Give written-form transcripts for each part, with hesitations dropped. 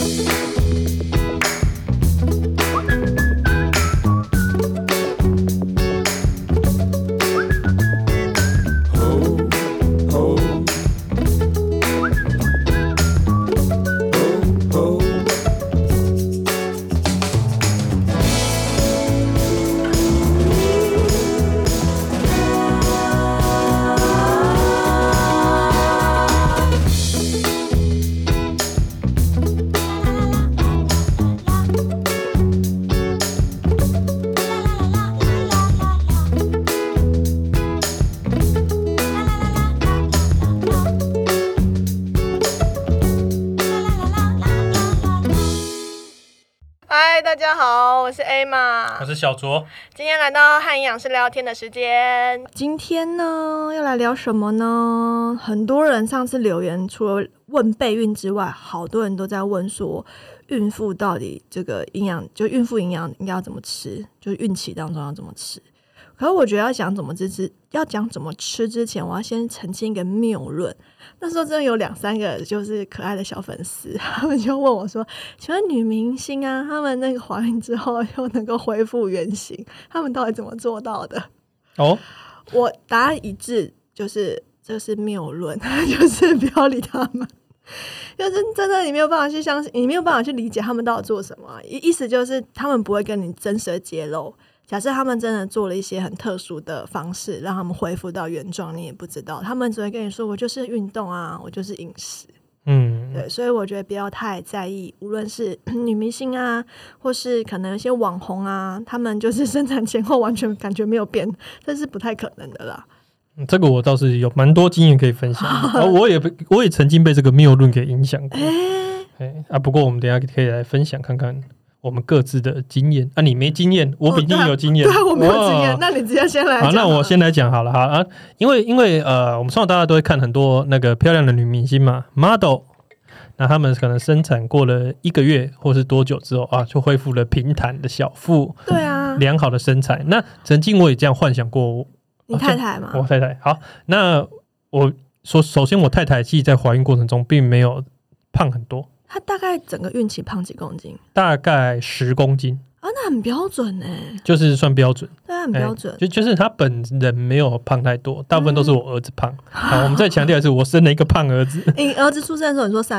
大家好，我是 Emma， 我是小卓。 今天来到和营养师聊天的时间。今天呢，要来聊什么呢？很多人上次留言，除了问备孕之外，好多人都在问说，孕妇到底这个营养，就孕妇营养应该要怎么吃，就是孕期当中要怎么吃。可是我觉得要讲怎么吃之前，我要先澄清一个谬论。那时候真的有2-3个就是可爱的小粉丝，他们就问我说：“请问女明星啊，他们那个怀孕之后又能够恢复原形，他们到底怎么做到的？”哦，我答案一致，就是这是谬论，就是不要理他们。就是真的，你没有办法去相信，你没有办法去理解他们到底做什么。意思就是他们不会跟你真实的揭露。假设他们真的做了一些很特殊的方式让他们恢复到原状，你也不知道，他们只会跟你说我就是运动啊，我就是饮食。对，所以我觉得不要太在意，无论是女明星啊，或是可能有些网红啊，他们就是生产前后完全感觉没有变，这是不太可能的啦。 这个我倒是有蛮多经验可以分享的我也曾经被这个谬论给影响过。不过我们等一下可以来分享看看我们各自的经验啊，你没经验，我比你有经验。 对，我没有经验，那你直接先来讲。 好，那我先来讲好了哈因为我们从小到大都会看很多那个漂亮的女明星嘛 ，model， 那他们可能生产过了1个月或是多久之后啊，就恢复了平坦的小腹， 对啊， 良好的身材。那曾经我也这样幻想过。 你太太吗？ 我太太。好，那首先我太太其实在怀孕过程中并没有胖很多。 她大概整个孕期胖几公斤？ 大概10公斤啊，那很标准就是算标准， 对，很标准。 就是她本人没有胖太多，大部分都是我儿子胖。好，我们再强调一次，我生了一个胖儿子。 你儿子出生的时候，你说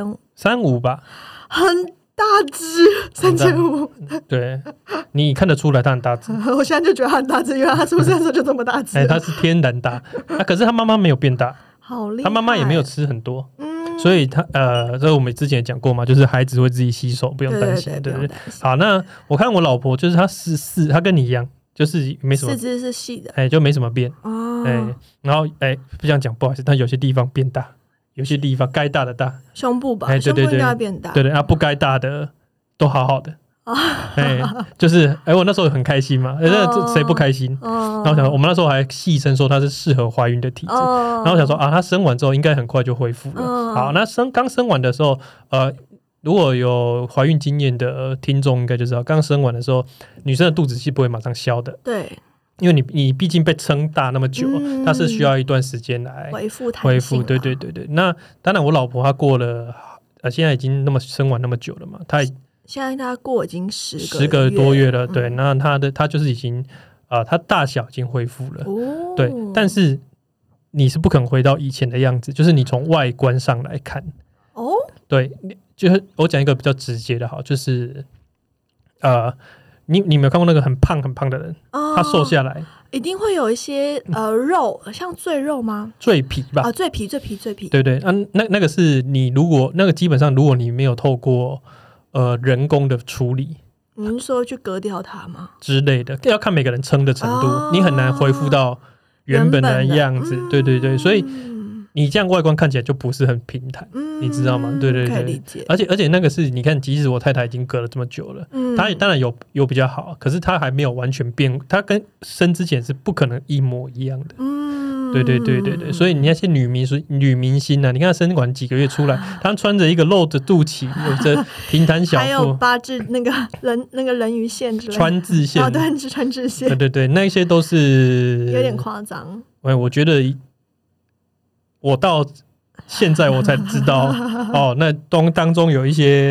3500 吧， 很大只，3500。 对，你看得出来他很大只。 我现在就觉得他很大只，因为他出生的时候就这么大只。 他是天然大。可是他妈妈没有变大， 好厉害。 他妈妈也没有吃很多。所以这我们之前也讲过嘛，就是孩子会自己吸收，不用担心，对不对？好，那我看我老婆就是她跟你一样，就是没什么， 四肢是细的， 就没什么变然后不想讲不好意思，但有些地方变大，有些地方该大的大， 胸部吧，胸部应该变大， 对，不该大的都好好的。就是我那时候很开心嘛，谁不开心？然后我想我们那时候还戏称说她是适合怀孕的体质，然后我想说她生完之后应该很快就恢复了。好，那刚生完的时候，如果有怀孕经验的听众应该就知道，刚生完的时候，女生的肚子是不会马上消的， 对， 因为你毕竟被撑大那么久，它是需要一段时间来恢复。对。那当然，我老婆她过了现在已经生完那么久了嘛， 现在他过已经 10个多月了，对，那他就是已经他大小已经恢复了，对，但是你是不可能回到以前的样子，就是你从外观上来看，对，就是我讲一个比较直接的，好，就是你有没有看过那个很胖的人，他瘦下来一定会有一些肉，像赘肉吗？ 赘皮吧， 赘皮， 对那个是你如果那个基本上如果你没有透过人工的处理， 您说去割掉它吗？ 之类的，要看每个人撑的程度，你很难恢复到原本的样子。对，所以你这样外观看起来就不是很平坦，你知道吗？对， 可以理解。 而且那个是你看，即使我太太已经隔了这么久了，她当然有比较好，可是她还没有完全变，她跟生之前是不可能一模一样的。对，所以你那些女明星啊，你看她生完几个月出来，她穿着一个露着肚脐，有着平坦小腹， 还有八字那个人鱼线之类的， 川字线， 对，是川字线， 对，那些都是有点夸张。 我觉得我到现在我才知道那当中有一些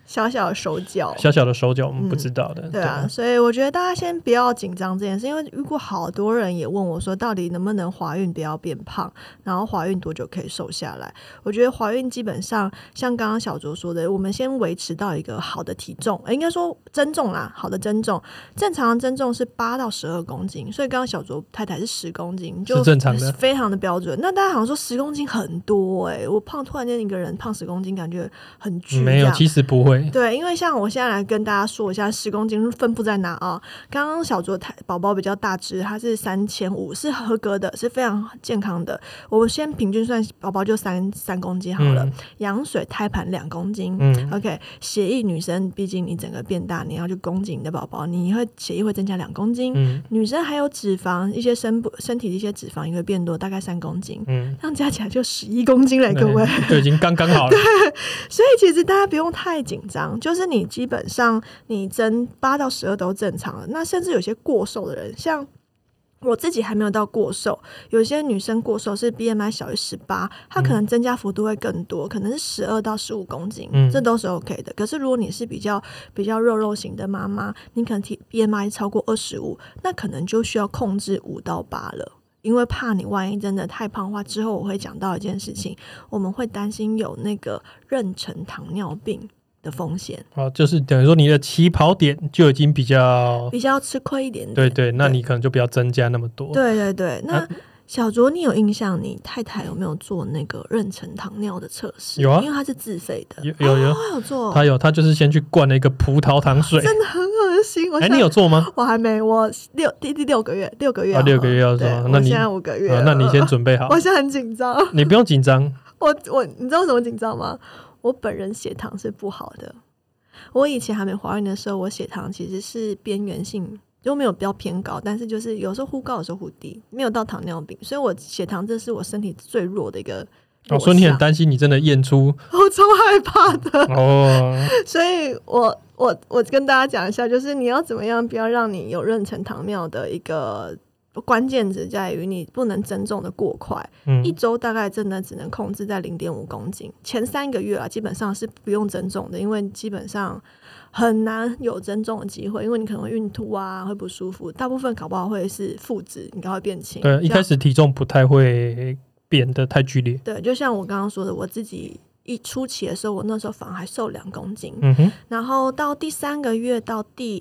小小的手脚， 我们不知道的。 对啊，所以我觉得大家先不要紧张这件事，因为遇过好多人也问我说，到底能不能怀孕不要变胖，然后怀孕多久可以瘦下来？我觉得怀孕基本上像刚刚小卓说的，我们先维持到一个好的体重，应该说增重啦，好的增重，正常的增重是8到12公斤，所以刚刚小卓太太是10公斤，就是正常的， 非常的标准。那大家好像说10公斤很多我突然间一个人胖10公斤，感觉很巨， 没有，其实不会。 对，因为像我现在来跟大家说一下10公斤分布在哪啊？刚刚小卓宝宝比较大只，他是3500，是合格的，是非常健康的。我们先平均算，宝宝就3公斤好了。羊水胎盘2公斤，OK。血液女生，毕竟你整个变大，你要去供给你的宝宝，血液会增加2公斤。女生还有脂肪，一些身体的一些脂肪也会变多，大概3公斤。这样加起来就11公斤嘞，各位， 就已经刚刚好了。 对，所以其实大家不用太紧张，就是你基本上你增8到12都正常了。那甚至有些过瘦的人，像我自己还没有到过瘦，有些女生过瘦是 BMI 小于18，她可能增加幅度会更多，可能是12到15公斤，这都是 OK 的。可是如果你是比较肉型的妈妈，你可能 BMI 超过25，那可能就需要控制5到8了。因为怕你万一真的太胖的话，之后我会讲到一件事情，我们会担心有那个妊娠糖尿病的风险。 就是等于说你的起跑点就已经比较吃亏一点点。 对，那你可能就不要增加那么多。 对，那小卓，你有印象你太太有没有做那个妊娠糖尿的测试？ 有啊， 因为她是自费的。 有她有做。 她就是先去灌了一个葡萄糖水， 真的很恶心。 你有做吗？ 我还没，我第6个月，6个月 ，6个月要做。 那你现在5个月， 那你先准备好。 我现在很紧张。 你不用紧张。 你知道为什么紧张吗？我本人血糖是不好的。我以前还没怀孕的时候，我血糖其实是边缘性，就没有比较偏高，但是就是有时候忽高有时候忽低，没有到糖尿病，所以我血糖这是我身体最弱的一个弱项。 所以你很担心你真的验出？ 我超害怕的。所以我跟大家讲一下，就是你要怎么样不要让你有妊娠糖尿的一个关键只在于你不能增重的过快，一周大概真的只能控制在 0.5 公斤，前3个月基本上是不用增重的，因为基本上很难有增重的机会，因为你可能会孕吐啊，会不舒服，大部分搞不好会是负脂，你搞会变轻。 对，一开始体重不太会变得太剧烈。 对，就像我刚刚说的，我自己一初期的时候，我那时候反而还瘦2公斤，然后到第3个月到第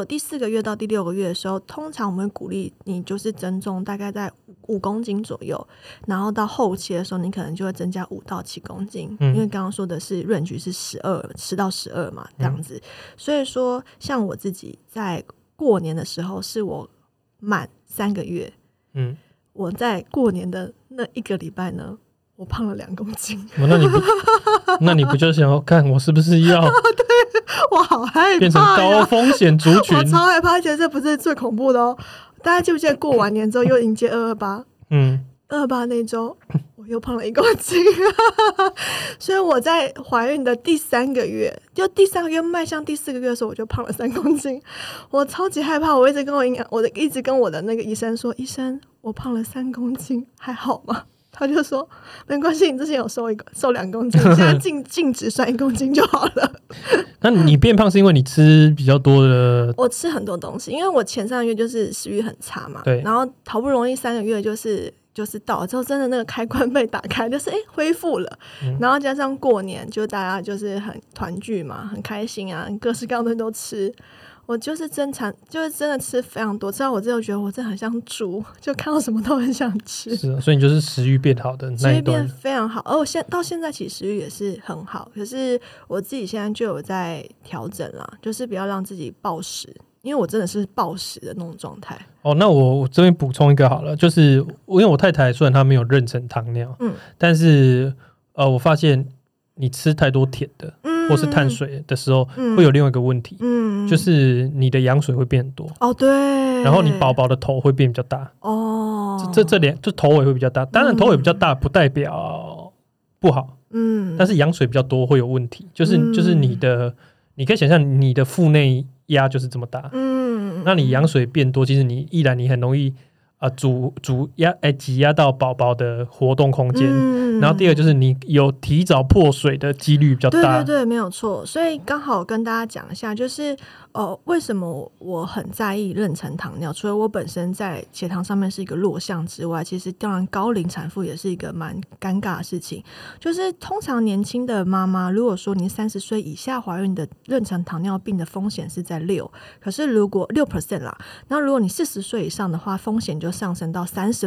4个月到第6个月的时候，通常我们会鼓励你就是增重大概在5公斤左右，然后到后期的时候，你可能就会增加5到7公斤，因为刚刚说的是range是10到12嘛，这样子。所以说，像我自己在过年的时候，是我满3个月，我在过年的那1个礼拜呢，我胖了2公斤。 那你不就想要看我是不是要？ 对，我好害怕， 变成高风险族群。 我超害怕，而且这不是最恐怖的哦。大家记不记得过完年之后又迎接228？228那周我又胖了1公斤。所以我在怀孕的第3个月，就第3个月迈向第4个月的时候，我就胖了3公斤。我超级害怕，我一直跟我的那个医生说，医生，我胖了3公斤，还好吗？他就说没关系，你之前有瘦2公斤，现在净值算1公斤就好了。 那你变胖是因为你吃比较多的？ 我吃很多东西，因为我前3个月就是食欲很差嘛，对，然后好不容易3个月就是到了之后，真的那个开关被打开，就是恢复了，然后加上过年，就大家就是很团聚嘛，很开心啊，各式各样的东西都吃。我就是真的吃非常多，直到我真的觉得我真的很像猪，就看到什么都很想吃。 是啊，所以你就是食欲变好的那一段。食欲变非常好，我到现在其实食欲也是很好，可是我自己现在就有在调整啦，就是不要让自己暴食，因为我真的是暴食的那种状态。 那我这边补充一个好了，就是因为我太太虽然她没有妊娠糖尿，但是我发现你吃太多甜的，或是碳水的时候，会有另外一个问题，就是你的羊水会变多。 对。 然后你宝宝的头会变比较大。这两就头尾会比较大，当然头尾比较大不代表不好，但是羊水比较多会有问题，就是你可以想象你的腹内压就是这么大，那你羊水变多，其实你很容易挤压到宝宝的活动空间，然后第二就是你有提早破水的几率比较大。 对对对，没有错。所以刚好跟大家讲一下，就是为什么我很在意妊娠糖尿？除了我本身在血糖上面是一个弱项之外，其实当然高龄产妇也是一个蛮尴尬的事情。就是通常年轻的妈妈，如果说你30岁以下怀孕的妊娠糖尿病的风险是在6%，可是如果6%啦，那如果你40岁以上的话，风险就上升到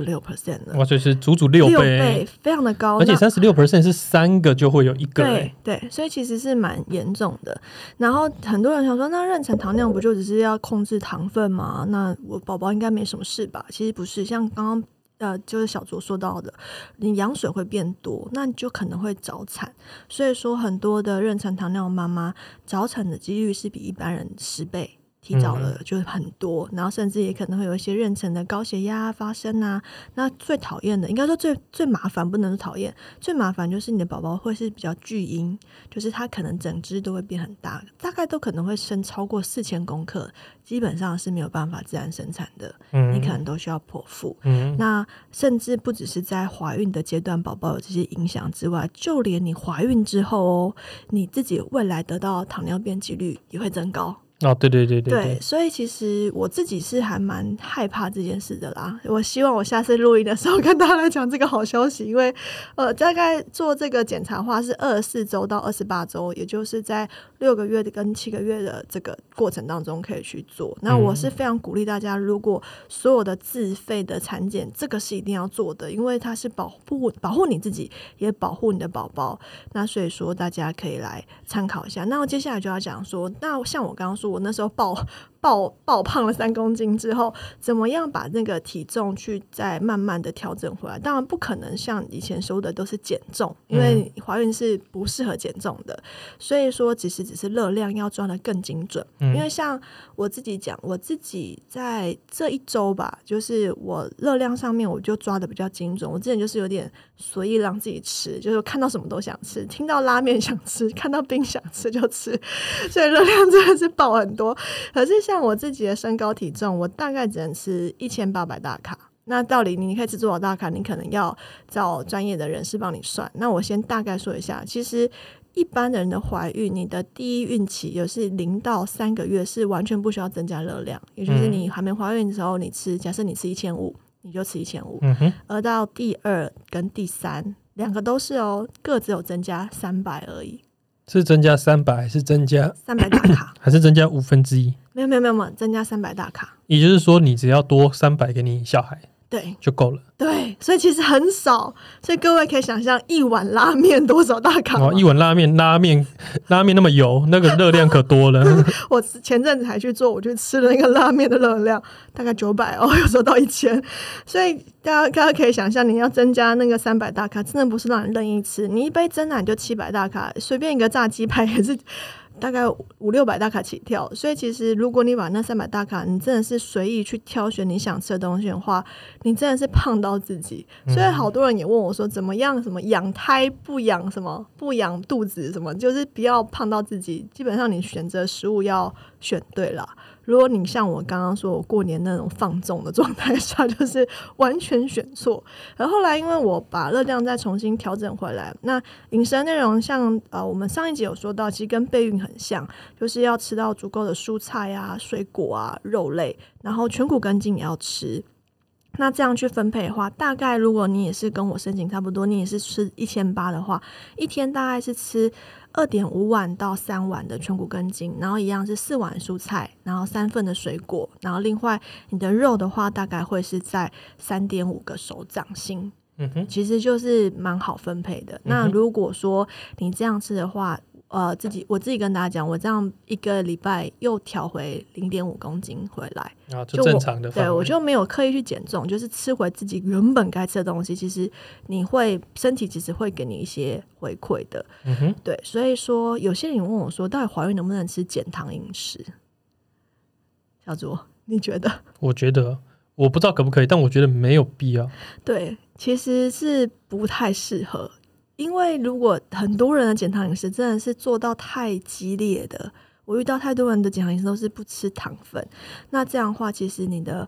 36%了。 哇，就是足足6倍， 非常的高。 而且36%是3个就会有1个。 对，所以其实是蛮严重的。然后很多人想说，那妊娠糖尿不就只是要控制糖分吗？那我宝宝应该没什么事吧？其实不是，像刚刚就是小卓说到的，你羊水会变多，那你就可能会早产。所以说，很多的妊娠糖尿妈妈早产的几率是比一般人10倍。提早了就是很多，然后甚至也可能会有一些妊娠的高血压发生啊。那最讨厌的，应该说最麻烦，不能说讨厌，最麻烦就是你的宝宝会是比较巨婴，就是他可能整只都会变很大，大概都可能会生超过4000公克，基本上是没有办法自然生产的，你可能都需要剖腹。那甚至不只是在怀孕的阶段宝宝有这些影响之外，就连你怀孕之后你自己未来得到糖尿病几率也会增高。对，所以其实我自己是还蛮害怕这件事的啦。我希望我下次录音的时候跟大家来讲这个好消息，因为大概做这个检查的话是24周到28周，也就是在6个月跟7个月的这个过程当中可以去做。那我是非常鼓励大家，如果所有的自费的产检，这个是一定要做的，因为它是保护你自己，也保护你的宝宝。那所以说大家可以来参考一下。那我接下来就要讲说，那像我刚刚说我那时候爆胖了3公斤之后，怎么样把那个体重去再慢慢的调整回来？当然不可能像以前说的都是减重，因为怀孕是不适合减重的，所以说只是热量要抓得更精准。因为像我自己讲，我自己在这1周吧，就是我热量上面我就抓得比较精准。我之前就是有点随意让自己吃，就是看到什么都想吃，听到拉面想吃，看到冰想吃就吃，所以热量真的是爆很多。可是像我自己的身高体重，我大概只能吃1800大卡。那到底你可以吃多少大卡，你可能要找专业的人士帮你算。那我先大概说一下，其实一般人的怀孕，你的第一孕期就是0到3个月是完全不需要增加热量，也就是你还没怀孕的时候，你吃，假设你吃1500，你就吃1500，而到第2跟第3两个都是各自有增加300而已。 是增加300还是增加 300大卡？ 还是增加1/5？ 没有，增加300大卡。 也就是说，你只要多300给你小孩， 对， 就够了。 对，所以其实很少，所以各位可以想象一碗拉面多少大卡吗？ 一碗拉面那么油，那个热量可多了。 我前阵子还去做，我去吃了那个拉面的热量大概900有时候到1000，所以大家可以想象，你要增加那个300大卡，真的不是让你任意吃。你一杯珍奶就700大卡，随便一个炸鸡排也是大概500-600大卡起跳。所以其实如果你把那300大卡你真的是随意去挑选你想吃的东西的话，你真的是胖到自己。所以好多人也问我说怎么样，什么养胎不养什么不养肚子什么，就是不要胖到自己。基本上你选择食物要选对啦。如果你像我刚刚说我过年那种放纵的状态下，就是完全选错。然后后来因为我把热量再重新调整回来，那饮食的内容像我们上一集有说到，其实跟备孕很像，就是要吃到足够的蔬菜啊、水果啊、肉类，然后全谷根茎也要吃。那这样去分配的话，大概如果你也是跟我申请差不多，你也是吃1800的话，一天大概是吃2.5碗到3碗的全谷根茎，然后一样是4碗蔬菜，然后3份的水果，然后另外你的肉的话大概会是在3.5个手掌心。其实就是蛮好分配的。那如果说你这样吃的话，我自己跟大家讲，我这样1个礼拜又调回0.5公斤回来， 就正常的范围。 对，我就没有刻意去减重，就是吃回自己原本该吃的东西。其实身体其实会给你一些回馈的。对，所以说有些人问我说，到底怀孕能不能吃减糖饮食？小卓，你觉得？ 我觉得我不知道可不可以，但我觉得没有必要。 对，其实是不太适合。因为如果很多人的减糖饮食真的是做到太激烈的，我遇到太多人的减糖饮食都是不吃糖分，那这样的话其实你的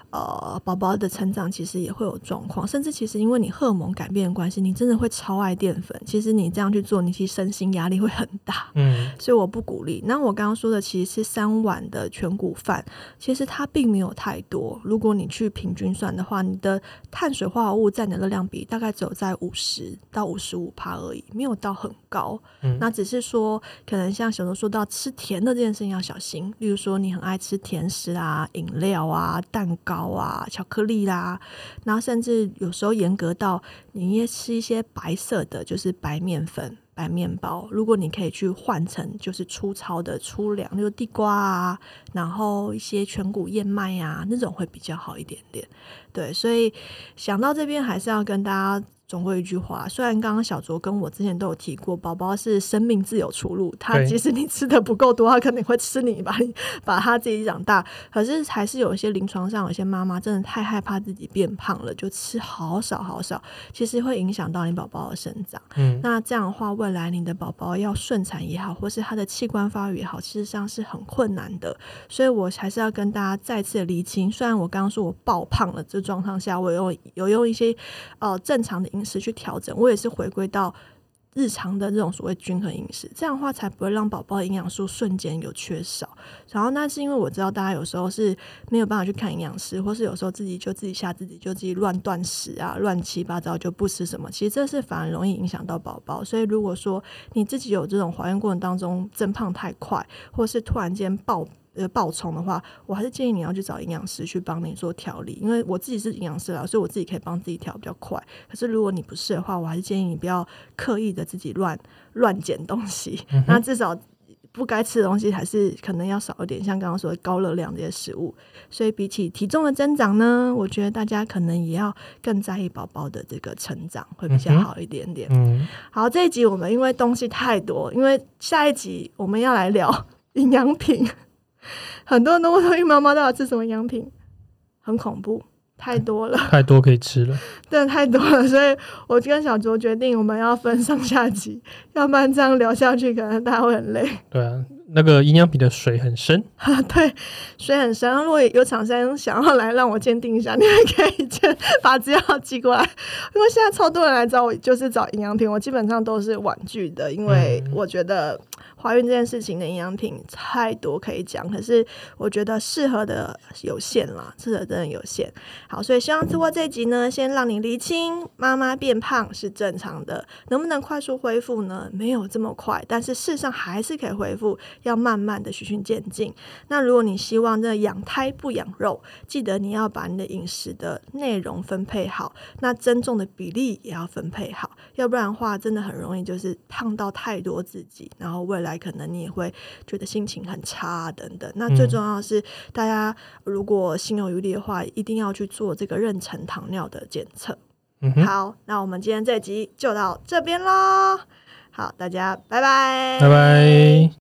宝宝的成长其实也会有状况，甚至其实因为你荷尔蒙改变的关系，你真的会超爱淀粉，其实你这样去做，你其实身心压力会很大，所以我不鼓励。那我刚刚说的其实是3碗的全谷饭，其实它并没有太多，如果你去平均算的话，你的碳水化合物占你的热量比大概只有在50到55%而已，没有到很高。那只是说可能像小周说到吃甜的这件事情要小心，例如说你很爱吃甜食啊、饮料啊、蛋糕啊、巧克力啦，然后甚至有时候严格到你也吃一些白色的，就是白面粉、白面包，如果你可以去换成就是粗糙的粗粮，就是地瓜啊，然后一些全谷燕麦啊，那种会比较好一点点。对，所以想到这边还是要跟大家总归一句话，虽然刚刚小卓跟我之前都有提过，宝宝是生命自有出路，他即使你吃的不够多，他可能会吃你把他自己长大，可是还是有一些临床上有些妈妈真的太害怕自己变胖了，就吃好少好少，其实会影响到你宝宝的生长。那这样的话，未来你的宝宝要顺产也好，或是他的器官发育也好，事实上是很困难的。所以我还是要跟大家再次的厘清，虽然我刚刚说我爆胖了这状况下，我有用一些正常的饮食去调整，我也是回归到日常的这种所谓均衡饮食，这样的话才不会让宝宝的营养素瞬间有缺少。然后那是因为我知道大家有时候是没有办法去看营养师，或是有时候自己吓自己，就自己乱断食啊，乱七八糟就不吃什么，其实这是反而容易影响到宝宝。所以如果说你自己有这种怀孕过程当中增胖太快，或是突然间爆冲的话，我还是建议你要去找营养师去帮你做调理，因为我自己是营养师啦，所以我自己可以帮自己调比较快。可是如果你不是的话，我还是建议你不要刻意的自己乱减东西，那至少不该吃的东西还是可能要少一点，像刚刚说的高热量这些食物。所以比起体重的增长呢，我觉得大家可能也要更在意宝宝的这个成长会比较好一点点。好，这一集我们因为东西太多，因为下一集我们要来聊营养品。很多人都问说孕妈妈到底吃什么营养品，很恐怖，太多了， 太多可以吃了， 真的太多了。所以我跟小卓决定我们要分上下集，要不然这样聊下去可能大家会很累。 对啊，那个营养品的水很深对，水很深。如果有厂商想要来让我鉴定一下，你们可以把资料寄过来，因为现在超多人来找我就是找营养品，我基本上都是婉拒的，因为我觉得怀孕这件事情的营养品太多可以讲，可是我觉得适合的有限啦，适合真的有限。好，所以希望通过这一集呢，先让你厘清妈妈变胖是正常的，能不能快速恢复呢？没有这么快，但是事实上还是可以恢复，要慢慢的循序渐进。那如果你希望真的养胎不养肉，记得你要把你的饮食的内容分配好，那增重的比例也要分配好，要不然的话真的很容易就是胖到太多自己，然后未来可能你也会觉得心情很差等等。那最重要的是大家如果心有余力的话，一定要去做这个妊娠糖尿的检测。好，那我们今天这集就到这边咯。好，大家拜拜， 拜拜。